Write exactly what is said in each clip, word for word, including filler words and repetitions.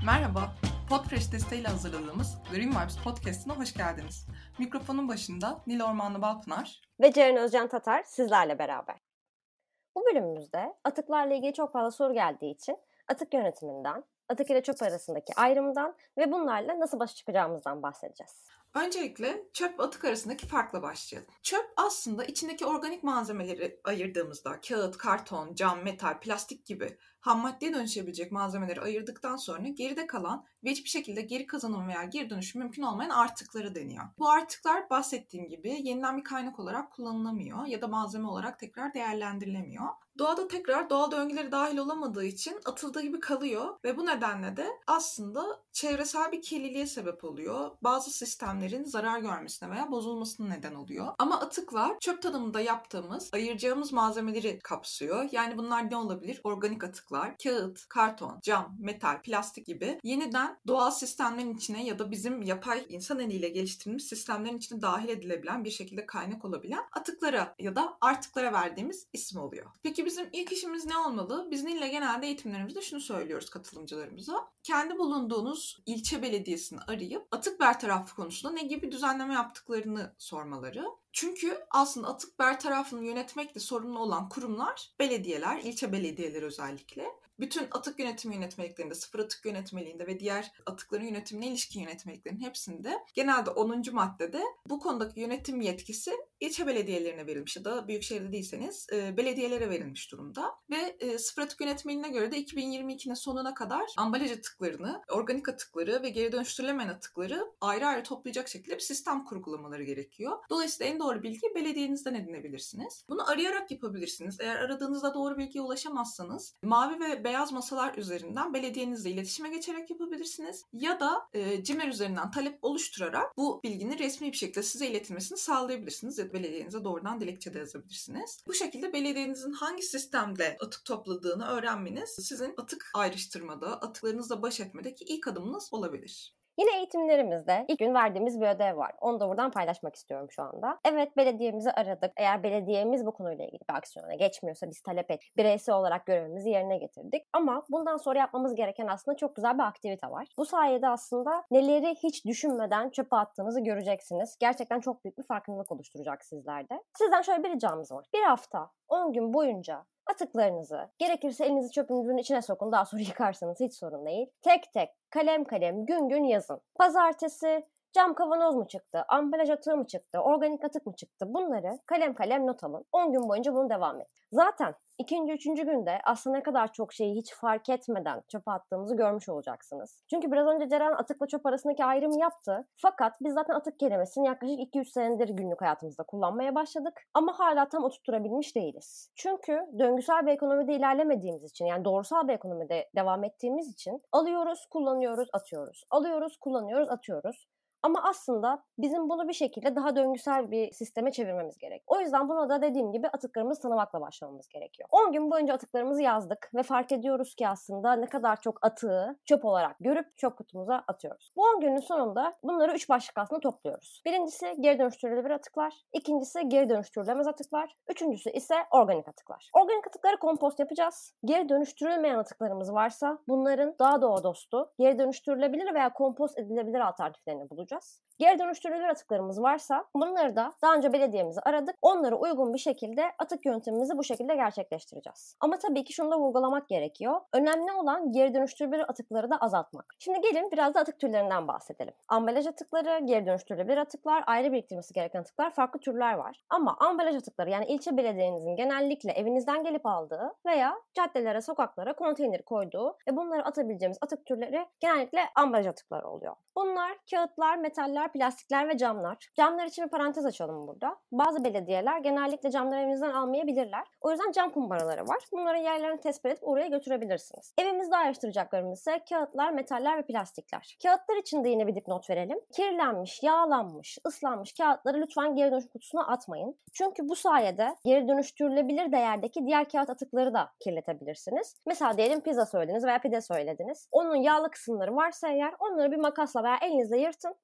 Merhaba, Podfresh desteğiyle hazırladığımız Green Vibes Podcast'ına hoş geldiniz. Mikrofonun başında Nil Ormanlı Balpınar ve Ceren Özcan Tatar sizlerle beraber. Bu bölümümüzde atıklarla ilgili çok fazla soru geldiği için atık yönetiminden, atık ile çöp arasındaki ayrımdan ve bunlarla nasıl başa çıkacağımızdan bahsedeceğiz. Öncelikle çöp atık arasındaki farkla başlayalım. Çöp aslında içindeki organik malzemeleri ayırdığımızda kağıt, karton, cam, metal, plastik gibi ham maddeye dönüşebilecek malzemeleri ayırdıktan sonra geride kalan ve hiçbir şekilde geri kazanım veya geri dönüşüm mümkün olmayan artıkları deniyor. Bu artıklar bahsettiğim gibi yeniden bir kaynak olarak kullanılamıyor ya da malzeme olarak tekrar değerlendirilemiyor. Doğada tekrar doğal döngülere dahil olamadığı için atıldığı gibi kalıyor ve bu nedenle de aslında çevresel bir kirliliğe sebep oluyor. Bazı sistemlerin zarar görmesine veya bozulmasına neden oluyor. Ama atıklar çöp tanımında yaptığımız, ayıracağımız malzemeleri kapsıyor. Yani bunlar ne olabilir? Organik atıklar, kağıt, karton, cam, metal, plastik gibi yeniden doğal sistemlerin içine ya da bizim yapay insan eliyle geliştirilmiş sistemlerin içine dahil edilebilen bir şekilde kaynak olabilen atıklara ya da artıklara verdiğimiz isim oluyor. Peki bizim ilk işimiz ne olmalı? Biz Nil'le genelde eğitimlerimizde şunu söylüyoruz katılımcılarımıza. Kendi bulunduğunuz ilçe belediyesini arayıp atık bertarafı konusunda ne gibi düzenleme yaptıklarını sormaları. Çünkü aslında atık bertarafını yönetmekle sorumlu olan kurumlar belediyeler, ilçe belediyeleri özellikle. Bütün atık yönetim yönetmeliklerinde, sıfır atık yönetmeliğinde ve diğer atıkların yönetimine ilişkin yönetmeliklerin hepsinde genelde onuncu maddede bu konudaki yönetim yetkisi ilçe belediyelerine verilmiş ya da büyükşehirde değilseniz e, belediyelere verilmiş durumda. Ve e, sıfır atık yönetmeliğine göre de iki bin yirmi ikinin sonuna kadar ambalaj atıklarını, organik atıkları ve geri dönüştürülemeyen atıkları ayrı ayrı toplayacak şekilde bir sistem kurgulamaları gerekiyor. Dolayısıyla en doğru bilgiyi belediyenizden edinebilirsiniz. Bunu arayarak yapabilirsiniz. Eğer aradığınızda doğru bilgiye ulaşamazsanız mavi ve beyaz masalar üzerinden belediyenizle iletişime geçerek yapabilirsiniz. Ya da e, cimer üzerinden talep oluşturarak bu bilginin resmi bir şekilde size iletilmesini sağlayabilirsiniz. Ya da belediyenize doğrudan dilekçe de yazabilirsiniz. Bu şekilde belediyenizin hangi sistemde atık topladığını öğrenmeniz sizin atık ayrıştırmada, atıklarınızla baş etmedeki ilk adımınız olabilir. Yine eğitimlerimizde ilk gün verdiğimiz bir ödev var. Onu da buradan paylaşmak istiyorum şu anda. Evet, belediyemizi aradık. Eğer belediyemiz bu konuyla ilgili bir aksiyona geçmiyorsa biz talep et. Bireysel olarak görevimizi yerine getirdik. Ama bundan sonra yapmamız gereken aslında çok güzel bir aktivite var. Bu sayede aslında neleri hiç düşünmeden çöpe attığınızı göreceksiniz. Gerçekten çok büyük bir farkındalık oluşturacak sizlerde. Sizden şöyle bir ricamız var. Bir hafta, on gün boyunca atıklarınızı, gerekirse elinizi çöpünüzün içine sokun, daha sonra yıkarsanız hiç sorun değil. Tek tek, kalem kalem, gün gün yazın. Pazartesi cam kavanoz mu çıktı, ambalaj atığı mı çıktı, organik atık mı çıktı, bunları kalem kalem not alın. on gün boyunca bunu devam edin. Zaten ikinci, üçüncü günde aslında ne kadar çok şeyi hiç fark etmeden çöpe attığımızı görmüş olacaksınız. Çünkü biraz önce Ceren atıkla çöp arasındaki ayrımı yaptı. Fakat biz zaten atık kelimesini yaklaşık iki yüz senedir günlük hayatımızda kullanmaya başladık. Ama hala tam oturtturabilmiş değiliz. Çünkü döngüsel bir ekonomide ilerlemediğimiz için, yani doğrusal bir ekonomide devam ettiğimiz için alıyoruz, kullanıyoruz, atıyoruz. Alıyoruz, kullanıyoruz, atıyoruz. Ama aslında bizim bunu bir şekilde daha döngüsel bir sisteme çevirmemiz gerek. O yüzden buna da dediğim gibi atıklarımızı tanımakla başlamamız gerekiyor. on gün boyunca atıklarımızı yazdık ve fark ediyoruz ki aslında ne kadar çok atığı çöp olarak görüp çöp kutumuza atıyoruz. Bu on günün sonunda bunları üç başlık altında topluyoruz. Birincisi geri dönüştürülebilir atıklar, ikincisi geri dönüştürülemez atıklar, üçüncüsü ise organik atıklar. Organik atıkları kompost yapacağız. Geri dönüştürülmeyen atıklarımız varsa bunların daha doğa dostu, geri dönüştürülebilir veya kompost edilebilir alternatiflerini bulacağız. Geri dönüştürülür atıklarımız varsa bunları da daha önce belediyemizi aradık. Onlara uygun bir şekilde atık yöntemimizi bu şekilde gerçekleştireceğiz. Ama tabii ki şunu da vurgulamak gerekiyor. Önemli olan geri dönüştürülür atıkları da azaltmak. Şimdi gelin biraz da atık türlerinden bahsedelim. Ambalaj atıkları, geri dönüştürülebilir atıklar, ayrı biriktirmesi gereken atıklar, farklı türler var. Ama ambalaj atıkları, yani ilçe belediyenizin genellikle evinizden gelip aldığı veya caddelere, sokaklara konteyner koyduğu ve bunları atabileceğimiz atık türleri genellikle ambalaj atıkları oluyor. Bunlar kağıtlar, metaller, plastikler ve camlar. Camlar için bir parantez açalım burada. Bazı belediyeler genellikle camları evinizden almayabilirler. O yüzden cam kumbaraları var. Bunların yerlerini tespit edip oraya götürebilirsiniz. Evimizde ayrıştıracaklarımız ise kağıtlar, metaller ve plastikler. Kağıtlar için de yine bir dipnot verelim. Kirlenmiş, yağlanmış, ıslanmış kağıtları lütfen geri dönüşüm kutusuna atmayın. Çünkü bu sayede geri dönüştürülebilir değerdeki diğer kağıt atıkları da kirletebilirsiniz. Mesela diyelim pizza söylediniz veya pide söylediniz. Onun yağlı kısımları varsa eğer onları bir makasla veya elinizle yırtın. O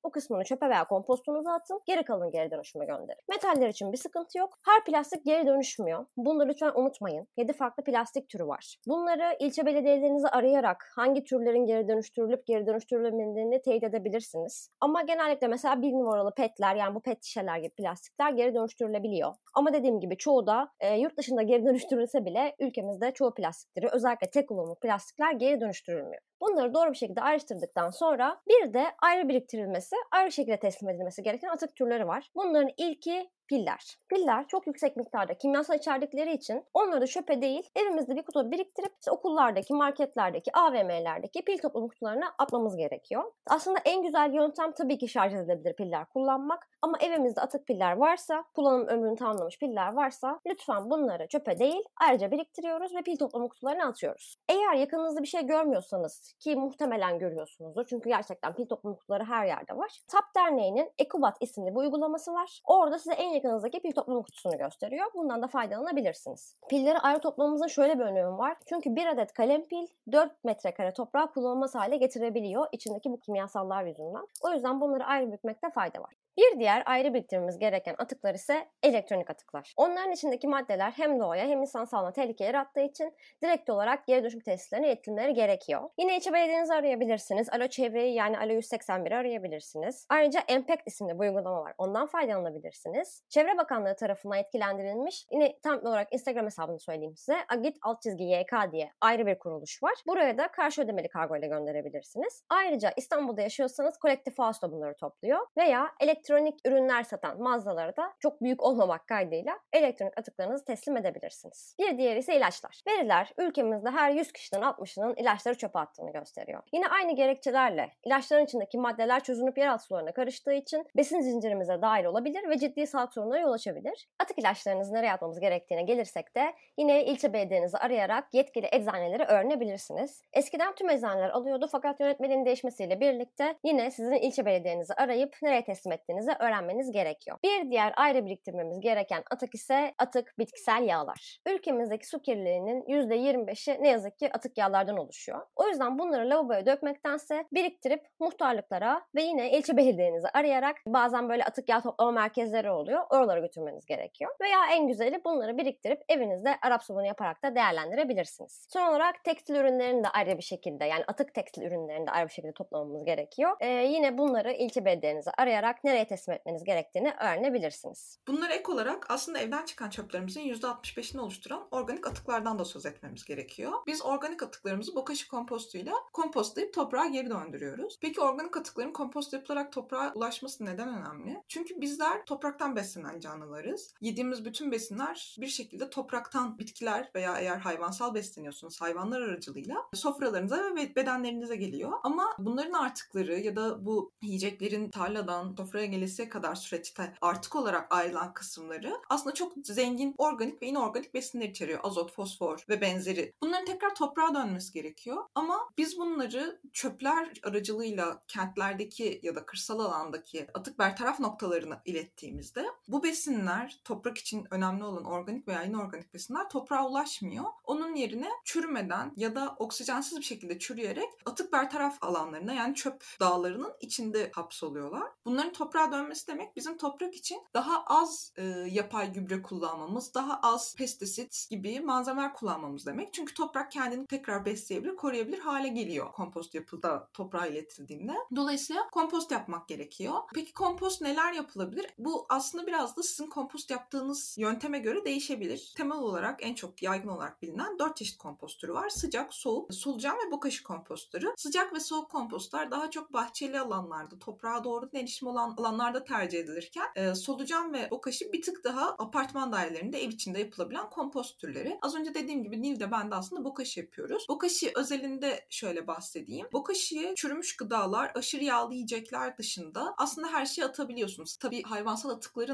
O kısmını çöpe veya kompostunuza atın. Geri kalanı geri dönüşüme gönderin. Metaller için bir sıkıntı yok. Her plastik geri dönüşmüyor. Bunu da lütfen unutmayın. yedi farklı plastik türü var. Bunları ilçe belediyelerinizi arayarak hangi türlerin geri dönüştürülüp geri dönüştürülemediğini teyit edebilirsiniz. Ama genellikle mesela bir numaralı petler, yani bu pet şişeler gibi plastikler geri dönüştürülebiliyor. Ama dediğim gibi çoğu da e, yurt dışında geri dönüştürülse bile ülkemizde çoğu plastikleri, özellikle tek kullanımlık plastikler geri dönüştürülmüyor. Bunları doğru bir şekilde ayrıştırdıktan sonra bir de ayrı biriktirilmesi, ayrı şekilde teslim edilmesi gereken atık türleri var. Bunların ilki piller. Piller çok yüksek miktarda kimyasal içerdikleri için onları çöpe değil, evimizde bir kutuda biriktirip işte okullardaki, marketlerdeki, A V M'lerdeki pil toplama kutularına atmamız gerekiyor. Aslında en güzel yöntem tabii ki şarj edilebilir piller kullanmak. Ama evimizde atık piller varsa, kullanım ömrünü tamamlamış piller varsa lütfen bunları çöpe değil, ayrıca biriktiriyoruz ve pil toplama kutularına atıyoruz. Eğer yakınınızda bir şey görmüyorsanız, ki muhtemelen görüyorsunuzdur çünkü gerçekten pil toplama kutuları her yerde var. TAP Derneği'nin Ekubat isimli bir uygulaması var. Orada size en yakınınızdaki pil toplama kutusunu gösteriyor. Bundan da faydalanabilirsiniz. Pilleri ayrı toplamamızın şöyle bir önemi var. Çünkü bir adet kalem pil dört metrekare toprağı kullanılmaz hale getirebiliyor içindeki bu kimyasallar yüzünden. O yüzden bunları ayrı biriktirmekte fayda var. Bir diğer ayrı biriktirmemiz gereken atıklar ise elektronik atıklar. Onların içindeki maddeler hem doğaya hem insan sağlığına tehlike yarattığı için direkt olarak geri dönüşüm tesislerine iletilmeleri gerekiyor. Yine ilçe belediyenizi arayabilirsiniz. Alo Çevre'yi, yani Alo yüz seksen biri arayabilirsiniz. Ayrıca Impact isimli bir uygulama var. Ondan faydalanabilirsiniz. Çevre Bakanlığı tarafından etkilendirilmiş, yine tam olarak Instagram hesabını söyleyeyim size. Agit alt çizgi Y K diye ayrı bir kuruluş var. Buraya da karşı ödemeli kargo ile gönderebilirsiniz. Ayrıca İstanbul'da yaşıyorsanız Collective House da bunları topluyor. Veya elektronik ürünler satan mağazalara da çok büyük olmamak kaydıyla elektronik atıklarınızı teslim edebilirsiniz. Bir diğeri ise ilaçlar. Veriler ülkemizde her yüz kişiden altmışının ilaçları çöpe attığını gösteriyor. Yine aynı gerekçelerle ilaçların içindeki maddeler çözünüp yeraltı sularına karıştığı için besin zincirimize dahil olabilir ve ciddi sağlık sorunlara yol açabilir. Atık ilaçlarınızı nereye atmamız gerektiğine gelirsek de yine ilçe belediyenizi arayarak yetkili eczaneleri öğrenebilirsiniz. Eskiden tüm eczaneler alıyordu fakat yönetmenin değişmesiyle birlikte yine sizin ilçe belediyenizi arayıp nereye teslim ettiğinizi öğrenmeniz gerekiyor. Bir diğer ayrı biriktirmemiz gereken atık ise atık bitkisel yağlar. Ülkemizdeki su kirliliğinin yüzde yirmi beşi ne yazık ki atık yağlardan oluşuyor. O yüzden bunları lavaboya dökmektense biriktirip muhtarlıklara ve yine ilçe belediyenizi arayarak, bazen böyle atık yağ toplama merkezleri oluyor, oralara götürmeniz gerekiyor. Veya en güzeli bunları biriktirip evinizde Arap sabunu yaparak da değerlendirebilirsiniz. Son olarak tekstil ürünlerini de ayrı bir şekilde, yani atık tekstil ürünlerini de ayrı bir şekilde toplamamız gerekiyor. Ee, yine bunları ilçe belediyenizi arayarak nereye teslim etmeniz gerektiğini öğrenebilirsiniz. Bunlara ek olarak aslında evden çıkan çöplerimizin yüzde altmış beşini oluşturan organik atıklardan da söz etmemiz gerekiyor. Biz organik atıklarımızı bokashi kompostuyla kompostlayıp toprağa geri döndürüyoruz. Peki organik atıkların kompost yapılarak toprağa ulaşması neden önemli? Çünkü bizler topraktan beslenen canlılarız. Yediğimiz bütün besinler bir şekilde topraktan, bitkiler veya eğer hayvansal besleniyorsunuz hayvanlar aracılığıyla sofralarınıza ve bedenlerinize geliyor. Ama bunların artıkları ya da bu yiyeceklerin tarladan sofraya gelesiye kadar süreçte artık olarak ayrılan kısımları aslında çok zengin organik ve inorganik besinler içeriyor. Azot, fosfor ve benzeri. Bunların tekrar toprağa dönmesi gerekiyor. Ama biz bunları çöpler aracılığıyla kentlerdeki ya da kırsal alandaki atık bertaraf noktalarına ilettiğimizde bu besinler, toprak için önemli olan organik veya inorganik besinler toprağa ulaşmıyor. Onun yerine çürümeden ya da oksijensiz bir şekilde çürüyerek atık bertaraf alanlarına, yani çöp dağlarının içinde hapsoluyorlar. Bunların toprağa dönmesi demek bizim toprak için daha az e, yapay gübre kullanmamız, daha az pestisit gibi malzemeler kullanmamız demek. Çünkü toprak kendini tekrar besleyebilir, koruyabilir hale geliyor kompost yapıda toprağa iletildiğinde. Dolayısıyla kompost yapmak gerekiyor. Peki kompost neler yapılabilir? Bu aslında biraz da sizin kompost yaptığınız yönteme göre değişebilir. Temel olarak en çok yaygın olarak bilinen dört çeşit kompost türü var. Sıcak, soğuk, solucan ve bokashi kompostları. Sıcak ve soğuk kompostlar daha çok bahçeli alanlarda, toprağa doğru erişim olan alanlarda tercih edilirken e, solucan ve bokashi bir tık daha apartman dairelerinde, ev içinde yapılabilen kompost türleri. Az önce dediğim gibi Nil'de ben de aslında bokashi yapıyoruz. Bokashi özelinde şöyle bahsedeyim. Bokashi'ye çürümüş gıdalar, aşırı yağlı yiyecekler dışında aslında her şeyi atabiliyorsunuz. Tabii hayvansal atıkların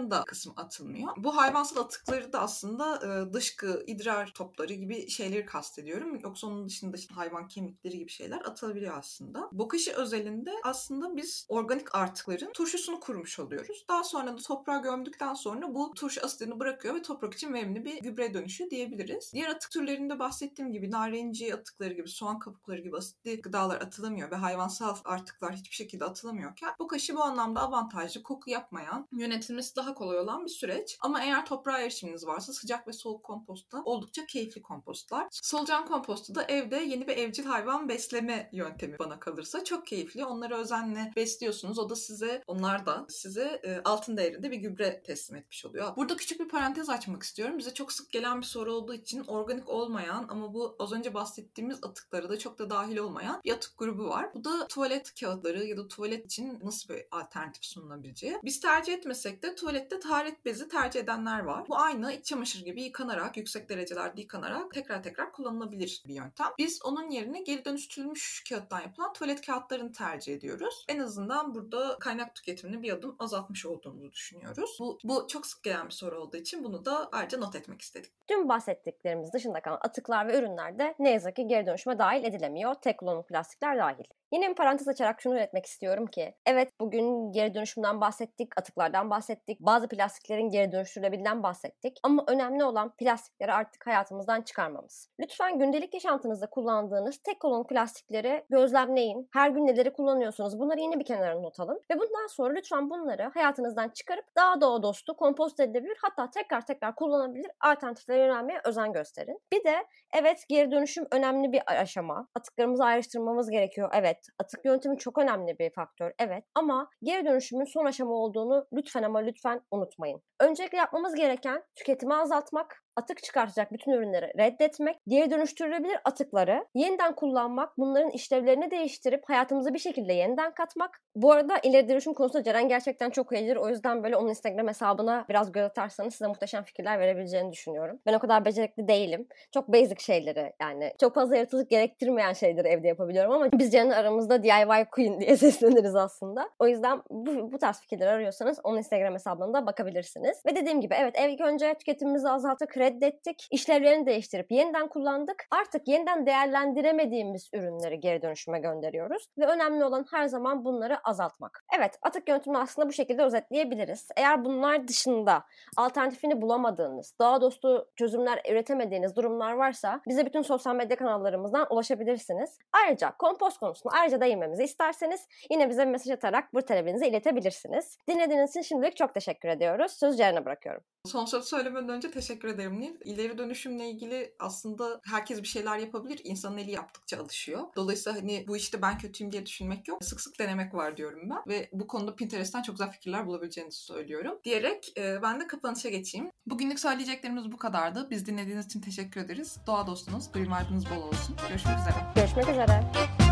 atıklarının da kısmı atılmıyor. Bu hayvansal atıkları da aslında e, dışkı, idrar topları gibi şeyleri kastediyorum. Yoksa onun dışında işte hayvan kemikleri gibi şeyler atılabiliyor aslında. Bokashi özelinde aslında biz organik artıkların turşusunu kurmuş oluyoruz. Daha sonra da toprağa gömdükten sonra bu turşu asitini bırakıyor ve toprak için verimli bir gübre dönüşü diyebiliriz. Diğer atık türlerinde bahsettiğim gibi narenciye atıkları gibi, soğan kabukları gibi asitli gıdalar atılamıyor ve hayvansal artıklar hiçbir şekilde atılamıyorken bokashi bu anlamda avantajlı, koku yapmayan, yönetilmesi daha kolay olan bir süreç. Ama eğer toprağa erişiminiz varsa sıcak ve soğuk kompostta oldukça keyifli kompostlar. Solucan kompostu da evde yeni bir evcil hayvan besleme yöntemi bana kalırsa. Çok keyifli. Onları özenle besliyorsunuz. O da size, onlar da size e, altın değerinde bir gübre teslim etmiş oluyor. Burada küçük bir parantez açmak istiyorum. Bize çok sık gelen bir soru olduğu için organik olmayan ama bu az önce bahsettiğimiz atıklara da çok da dahil olmayan bir atık grubu var. Bu da tuvalet kağıtları ya da tuvalet için nasıl bir alternatif sunulabileceği. Biz tercih etmesek de tuvalette taharet bezi tercih edenler var. Bu aynı iç çamaşır gibi yıkanarak, yüksek derecelerde yıkanarak tekrar tekrar kullanılabilir bir yöntem. Biz onun yerine geri dönüştürülmüş kağıttan yapılan tuvalet kağıtlarını tercih ediyoruz. En azından burada kaynak tüketimini bir adım azaltmış olduğumuzu düşünüyoruz. Bu, bu çok sık gelen bir soru olduğu için bunu da ayrıca not etmek istedik. Tüm bahsettiklerimiz dışında kalan atıklar ve ürünler de ne yazık ki geri dönüşüme dahil edilemiyor. Tek kullanımlık plastikler dahil. Yine bir parantez açarak şunu üretmek istiyorum ki, evet bugün geri dönüşümden bahsettik, atıklardan bahsettik, bazı plastiklerin geri dönüştürülebildiğinden bahsettik ama önemli olan plastikleri artık hayatımızdan çıkarmamız. Lütfen gündelik yaşantınızda kullandığınız tek kullanımlık plastikleri gözlemleyin. Her gün neleri kullanıyorsunuz bunları yine bir kenara not alın ve bundan sonra lütfen bunları hayatınızdan çıkarıp daha doğa dostu, kompost edilebilir, hatta tekrar tekrar kullanılabilir alternatiflere yönelmeye özen gösterin. Bir de evet geri dönüşüm önemli bir aşama. Atıklarımızı ayrıştırmamız gerekiyor. Evet. Atık yöntemi çok önemli bir faktör. Evet. Ama geri dönüşümün son aşama olduğunu lütfen ama lütfen unutmayın. Öncelikle yapmamız gereken tüketimi azaltmak, atık çıkartacak bütün ürünleri reddetmek, geri dönüştürülebilir atıkları yeniden kullanmak, bunların işlevlerini değiştirip hayatımıza bir şekilde yeniden katmak. Bu arada ileri dönüşüm konusunda Ceren gerçekten çok iyidir. O yüzden böyle onun Instagram hesabına biraz göz atarsanız size muhteşem fikirler verebileceğini düşünüyorum. Ben o kadar becerikli değilim. Çok basic şeyleri, yani çok fazla yaratıcılık gerektirmeyen şeyleri evde yapabiliyorum ama biz Ceren'in aramızda D I Y Queen diye sesleniriz aslında. O yüzden bu, bu tarz fikirler arıyorsanız onun Instagram hesabına da bakabilirsiniz. Ve dediğim gibi evet ilk önce tüketimimizi azalttık, reddettik, işlevlerini değiştirip yeniden kullandık. Artık yeniden değerlendiremediğimiz ürünleri geri dönüşüme gönderiyoruz ve önemli olan her zaman bunları azaltmak. Evet, atık yöntemini aslında bu şekilde özetleyebiliriz. Eğer bunlar dışında alternatifini bulamadığınız, doğa dostu çözümler üretemediğiniz durumlar varsa bize bütün sosyal medya kanallarımızdan ulaşabilirsiniz. Ayrıca kompost konusuna ayrıca değinmemizi isterseniz yine bize mesaj atarak bu talebinizi iletebilirsiniz. Dinlediğiniz için şimdilik çok teşekkür ediyoruz. Sözü Ceren'e bırakıyorum. Son söz söylemeden önce teşekkür ederim Nil. İleri dönüşümle ilgili aslında herkes bir şeyler yapabilir. İnsanın eli yaptıkça alışıyor. Dolayısıyla hani bu işte ben kötüyüm diye düşünmek yok. Sık sık denemek var diyorum ben. Ve bu konuda Pinterest'ten çok güzel fikirler bulabileceğinizi söylüyorum. Diyerek e, ben de kapanışa geçeyim. Bugünlük söyleyeceklerimiz bu kadardı. Biz dinlediğiniz için teşekkür ederiz. Doğa dostunuz, duyum bol olsun. Görüşmek üzere. Görüşmek üzere.